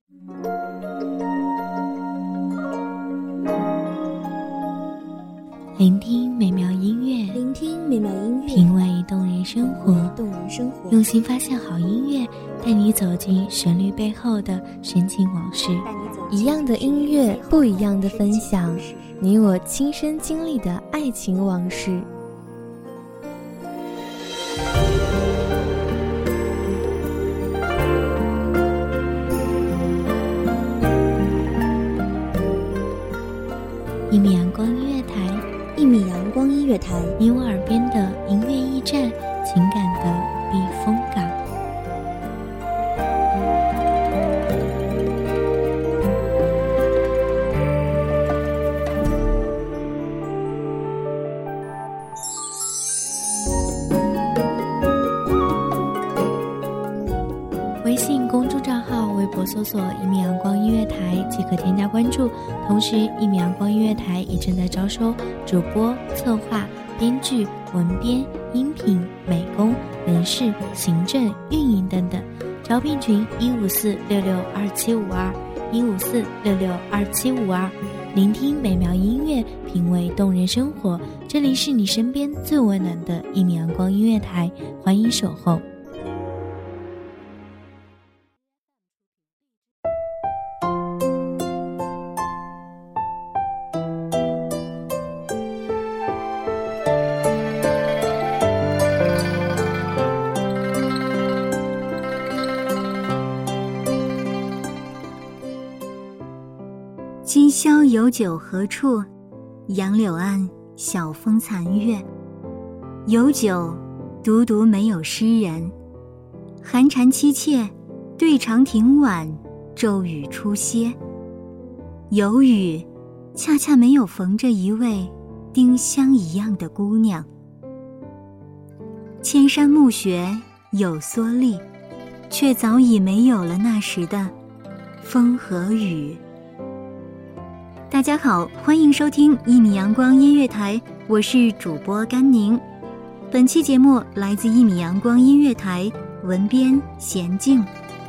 聆听美妙音乐，品味动人生活，用心发现好音乐，带你走进旋律背后的深情往事。 一样的音乐，不一样的分享，你我亲身经历的爱情往事。 一米阳光音乐台， 一米阳光音乐台， 你我耳边的音乐驿站，情感的避风港。微信公众账号、微博搜索一米阳光音乐台即可添加关注。同时，一米阳光音乐台也正在招收主播、策划、编剧、文编、音频、美工、人事、行政、运营等等。招聘群154662752，154662752。聆听美妙音乐，品味动人生活。这里是你身边最温暖的一米阳光音乐台，欢迎守候。 今宵有酒何处？杨柳岸，晓风残月。有酒，独独没有诗人。寒蝉凄切，对长亭晚，骤雨初歇。有雨，恰恰没有逢着一位丁香一样的姑娘。千山暮雪有蓑笠，却早已没有了那时的风和雨。大家好，欢迎收听一米阳光音乐台，我是主播甘宁。本期节目来自一米阳光音乐台，文编娴静。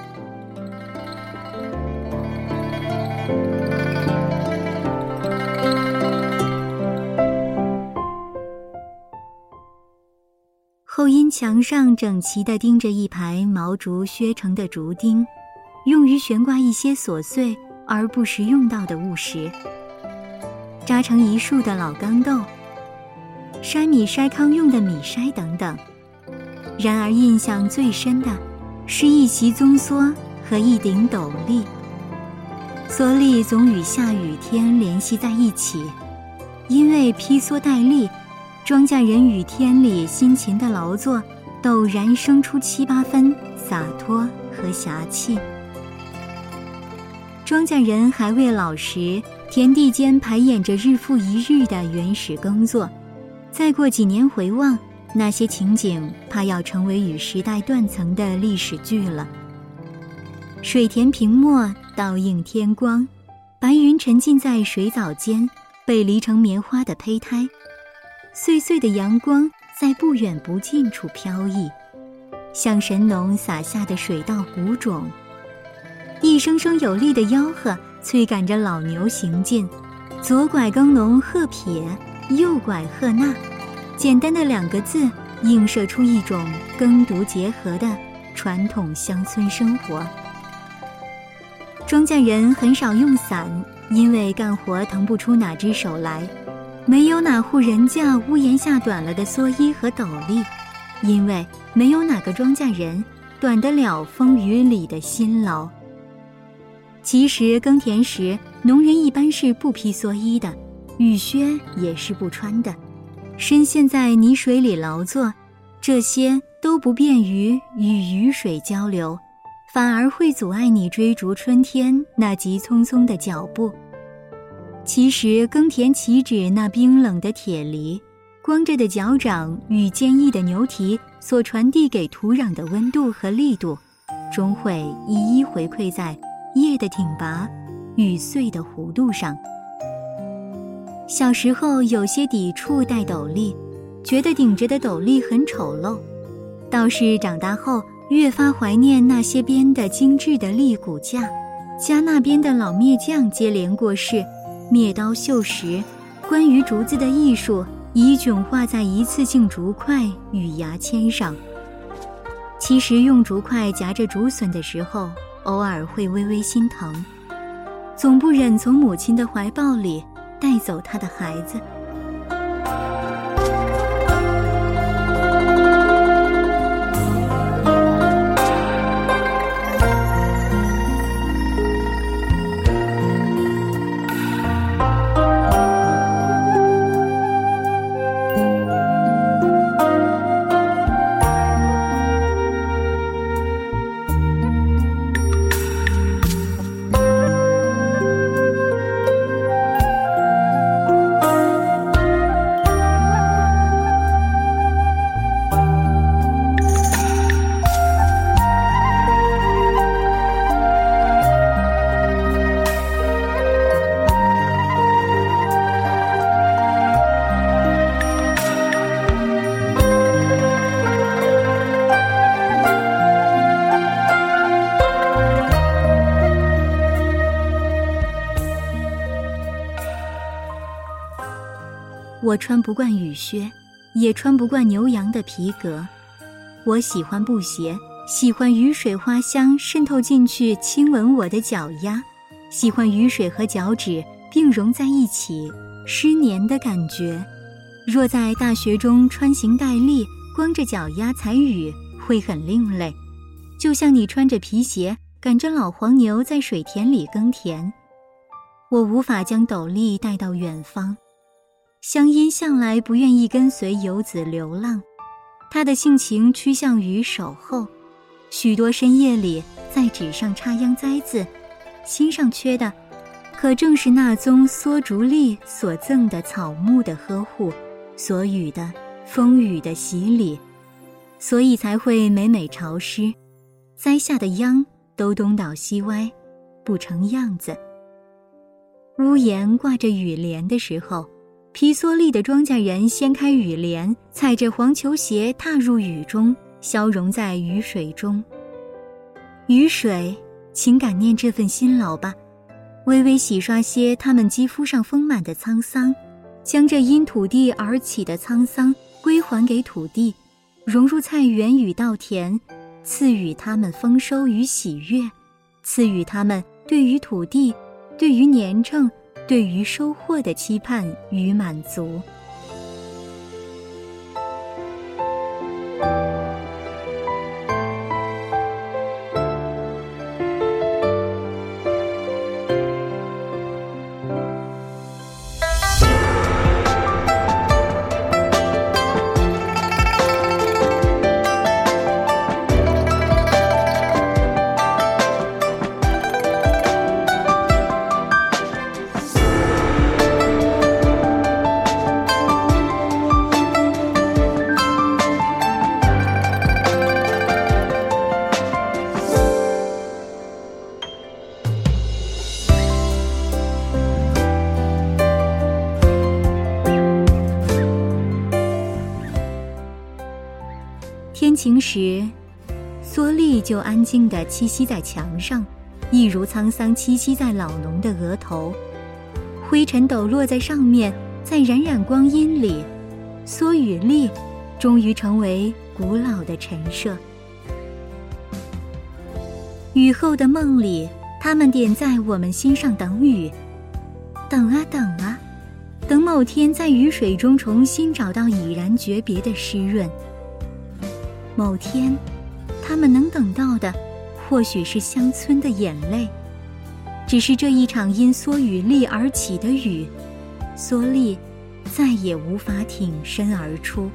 后阴墙上整齐地钉着一排毛竹削成的竹钉，用于悬挂一些琐碎而不时用到的物实。扎成一束的老钢豆，筛米筛糠用的米筛等等。然而印象最深的是一袭棕蓑和一顶斗笠。蓑笠总与下雨天联系在一起，因为披蓑戴笠，庄稼人雨天里辛勤的劳作，陡然生出7、8分洒脱和侠气。庄稼人还未老时，田地间排演着日复一日的原始耕作，再过几年回望，那些情景怕要成为与时代断层的历史剧了。水田平没，倒映天光，白云沉浸在水藻间，被犁成棉花的胚胎，碎碎的阳光在不远不近处飘逸，像神农撒下的水稻谷种。一声声有力的吆喝催赶着老牛行进，左拐耕农贺撇，右拐贺纳，简单的2个字映射出一种耕读结合的传统乡村生活。庄稼人很少用伞，因为干活腾不出哪只手来，没有哪户人家屋檐下短了的蓑衣和斗笠，因为没有哪个庄稼人短得了风雨里的辛劳。其实耕田时，农人一般是不披蓑衣的，雨靴也是不穿的。深陷在泥水里劳作，这些都不便于与雨水交流，反而会阻碍你追逐春天那急匆匆的脚步。其实耕田岂止那冰冷的铁犁，光着的脚掌与坚毅的牛蹄所传递给土壤的温度和力度，终会一一回馈在叶的挺拔与穗的弧度上。小时候有些抵触戴斗笠，觉得顶着的斗笠很丑陋，倒是长大后越发怀念那些编的精致的笠骨架， 家那边的老篾匠接连过世，篾刀锈蚀，关于竹子的艺术已迥化在一次性竹筷与牙签上。其实用竹筷夹着竹笋的时候，偶尔会微微心疼，总不忍从母亲的怀抱里带走她的孩子。我穿不惯雨靴，也穿不惯牛羊的皮革。我喜欢布鞋，喜欢雨水花香渗透进去亲吻我的脚丫，喜欢雨水和脚趾并融在一起湿黏的感觉。若在大雪中穿行戴笠，光着脚丫踩雨，会很另类，就像你穿着皮鞋赶着老黄牛在水田里耕田。我无法将斗笠带到远方。湘阴向来不愿意跟随游子流浪，他的性情趋向于守候，许多深夜里在纸上插秧栽字，心上缺的可正是那宗梭竹笠所赠的草木的呵护，所雨的风雨的洗礼，所以才会每每潮湿，栽下的秧都东倒西歪，不成样子。屋檐挂着雨帘的时候，皮蓑笠的庄稼人掀开雨帘，踩着黄球鞋踏入雨中，消融在雨水中。雨水，请感念这份辛劳吧，微微洗刷些他们肌肤上丰满的沧桑，将这因土地而起的沧桑归还给土地，融入菜园与稻田，赐予他们丰收与喜悦，赐予他们对于土地，对于年成，对于收获的期盼与满足。天晴时，蓑笠就安静地栖息在墙上，一如沧桑栖息在老农的额头。灰尘抖落在上面，在冉冉光阴里，蓑与笠终于成为古老的陈设。雨后的梦里，他们点在我们心上等雨，等啊等啊，等某天在雨水中重新找到已然诀别的湿润。某天，他们能等到的，或许是乡村的眼泪。只是这一场因蓑与笠而起的雨，蓑笠再也无法挺身而出。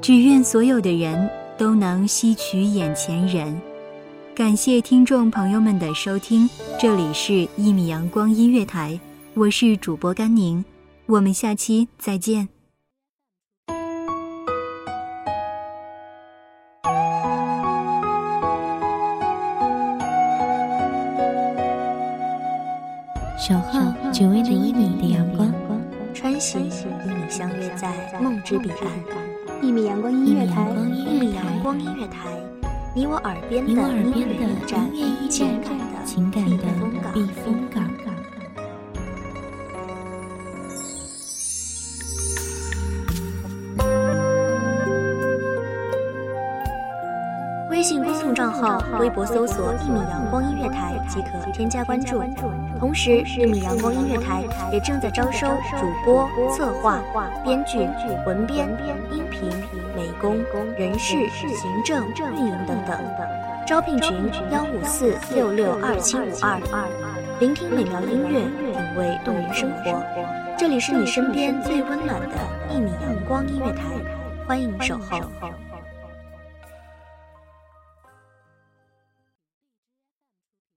只愿所有的人都能吸取眼前人。感谢听众朋友们的收听，这里是1米阳光音乐台，我是主播甘宁，我们下期再见。 守候只为那1米的阳光， 穿行与你相约在梦之彼岸。 1米阳光音乐台 1米阳光音乐台，你我耳边的音乐驿站，情感的避风港。微信公众账号、微博搜索1米阳光音乐台即可添加关注。同时，1米阳光音乐台也正在招收主播、策划、编剧、文编、音频、美工、人事、行政、运营等等。招聘群154662752。聆听美妙音乐，品味动人生活。这里是你身边最温暖的1米阳光音乐台，欢迎守候。